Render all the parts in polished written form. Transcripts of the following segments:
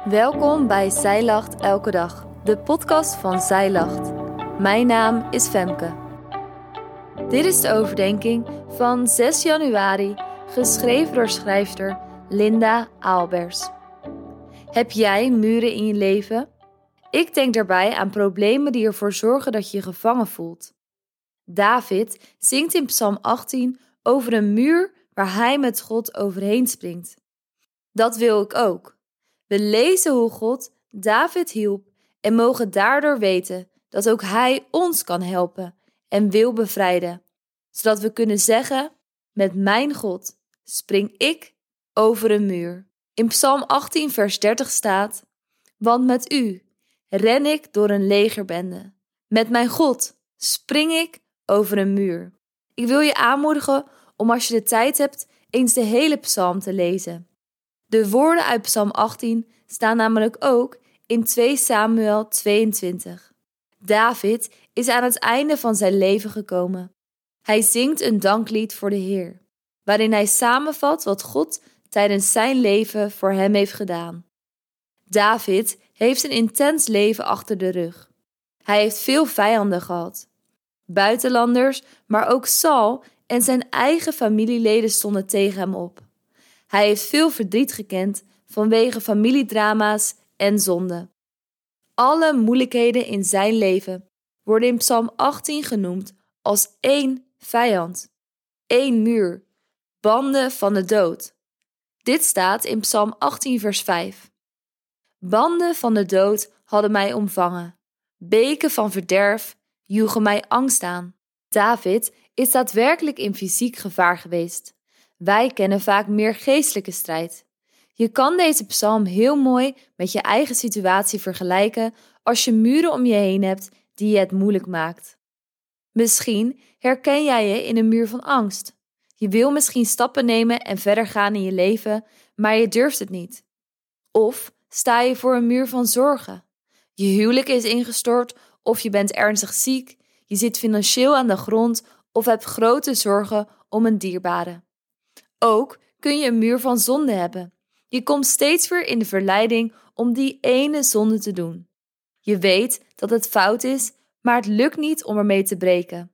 Welkom bij Zij Lacht Elke Dag, de podcast van Zij Lacht. Mijn naam is Femke. Dit is de overdenking van 6 januari, geschreven door schrijfster Linda Aalbers. Heb jij muren in je leven? Ik denk daarbij aan problemen die ervoor zorgen dat je je gevangen voelt. David zingt in Psalm 18 over een muur waar hij met God overheen springt. Dat wil ik ook. We lezen hoe God David hielp en mogen daardoor weten dat ook hij ons kan helpen en wil bevrijden. Zodat we kunnen zeggen, met mijn God spring ik over een muur. In Psalm 18 vers 30 staat, want met u ren ik door een legerbende. Met mijn God spring ik over een muur. Ik wil je aanmoedigen om als je de tijd hebt eens de hele psalm te lezen. De woorden uit Psalm 18 staan namelijk ook in 2 Samuel 22. David is aan het einde van zijn leven gekomen. Hij zingt een danklied voor de Heer, waarin hij samenvat wat God tijdens zijn leven voor hem heeft gedaan. David heeft een intens leven achter de rug. Hij heeft veel vijanden gehad. Buitenlanders, maar ook Saul en zijn eigen familieleden stonden tegen hem op. Hij heeft veel verdriet gekend vanwege familiedrama's en zonde. Alle moeilijkheden in zijn leven worden in Psalm 18 genoemd als 1 vijand, 1 muur, banden van de dood. Dit staat in Psalm 18 vers 5. Banden van de dood hadden mij omvangen. Beken van verderf joegen mij angst aan. David is daadwerkelijk in fysiek gevaar geweest. Wij kennen vaak meer geestelijke strijd. Je kan deze psalm heel mooi met je eigen situatie vergelijken als je muren om je heen hebt die je het moeilijk maakt. Misschien herken jij je in een muur van angst. Je wil misschien stappen nemen en verder gaan in je leven, maar je durft het niet. Of sta je voor een muur van zorgen. Je huwelijk is ingestort of je bent ernstig ziek, je zit financieel aan de grond of hebt grote zorgen om een dierbare. Ook kun je een muur van zonde hebben. Je komt steeds weer in de verleiding om die ene zonde te doen. Je weet dat het fout is, maar het lukt niet om ermee te breken.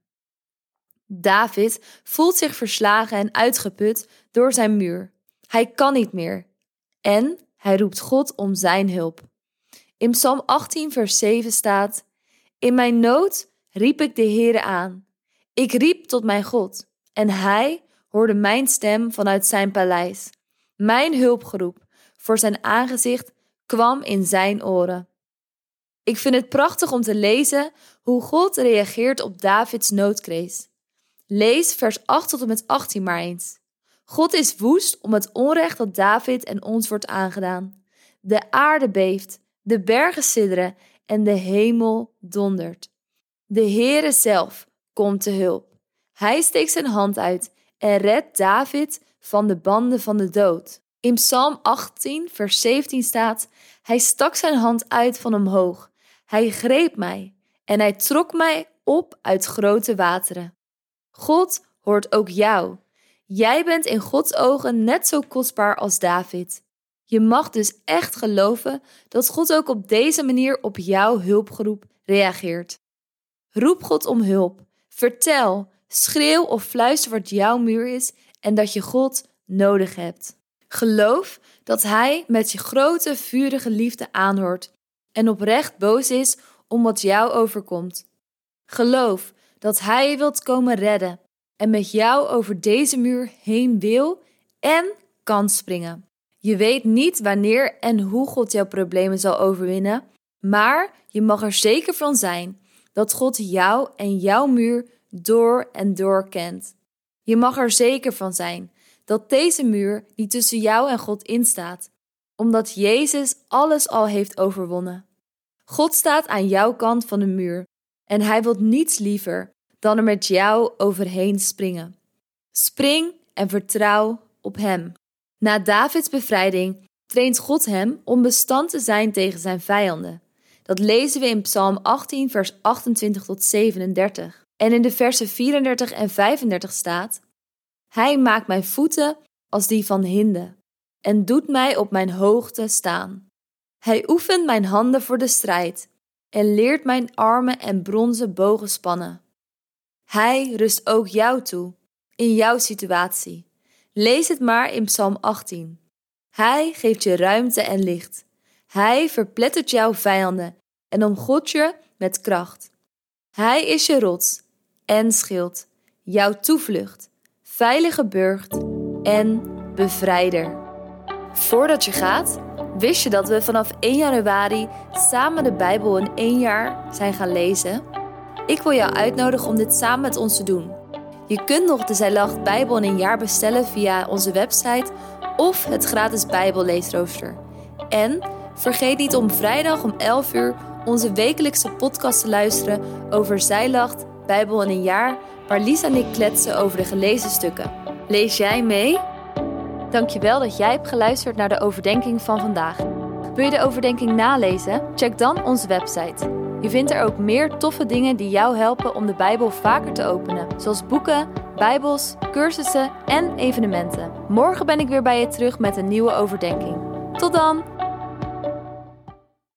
David voelt zich verslagen en uitgeput door zijn muur. Hij kan niet meer. En hij roept God om zijn hulp. In Psalm 18 vers 7 staat, in mijn nood riep ik de Heere aan. Ik riep tot mijn God en hij hoorde mijn stem vanuit zijn paleis. Mijn hulpgeroep voor zijn aangezicht kwam in zijn oren. Ik vind het prachtig om te lezen hoe God reageert op Davids noodkreet. Lees vers 8 tot en met 18 maar eens. God is woest om het onrecht dat David en ons wordt aangedaan. De aarde beeft, de bergen sidderen en de hemel dondert. De Heere zelf komt te hulp. Hij steekt zijn hand uit en redt David van de banden van de dood. In Psalm 18 vers 17 staat, hij stak zijn hand uit van omhoog. Hij greep mij en hij trok mij op uit grote wateren. God hoort ook jou. Jij bent in Gods ogen net zo kostbaar als David. Je mag dus echt geloven dat God ook op deze manier op jouw hulpgeroep reageert. Roep God om hulp. Vertel, schreeuw of fluister wat jouw muur is en dat je God nodig hebt. Geloof dat Hij met je grote, vurige liefde aanhoort en oprecht boos is om wat jou overkomt. Geloof dat Hij je wilt komen redden en met jou over deze muur heen wil en kan springen. Je weet niet wanneer en hoe God jouw problemen zal overwinnen, maar je mag er zeker van zijn dat God jou en jouw muur door en door kent. Je mag er zeker van zijn dat deze muur niet tussen jou en God instaat, omdat Jezus alles al heeft overwonnen. God staat aan jouw kant van de muur en Hij wil niets liever dan er met jou overheen springen. Spring en vertrouw op Hem. Na Davids bevrijding traint God hem om bestand te zijn tegen zijn vijanden. Dat lezen we in Psalm 18 vers 28 tot 37. En in de versen 34 en 35 staat, Hij maakt mijn voeten als die van hinden en doet mij op mijn hoogte staan. Hij oefent mijn handen voor de strijd en leert mijn armen en bronzen bogen spannen. Hij rust ook jou toe, in jouw situatie. Lees het maar in Psalm 18. Hij geeft je ruimte en licht. Hij verplettert jouw vijanden en omgoot je met kracht. Hij is je rots en schild, jouw toevlucht, veilige burcht en bevrijder. Voordat je gaat, wist je dat we vanaf 1 januari samen de Bijbel in 1 jaar zijn gaan lezen? Ik wil jou uitnodigen om dit samen met ons te doen. Je kunt nog de Zijlacht Bijbel in 1 jaar bestellen via onze website of het gratis Bijbelleesrooster. En vergeet niet om vrijdag om 11 uur onze wekelijkse podcast te luisteren over Zijlacht Bijbel in 1 jaar, waar Lies en ik kletsen over de gelezen stukken. Lees jij mee? Dankjewel dat jij hebt geluisterd naar de overdenking van vandaag. Wil je de overdenking nalezen? Check dan onze website. Je vindt er ook meer toffe dingen die jou helpen om de Bijbel vaker te openen. Zoals boeken, Bijbels, cursussen en evenementen. Morgen ben ik weer bij je terug met een nieuwe overdenking. Tot dan!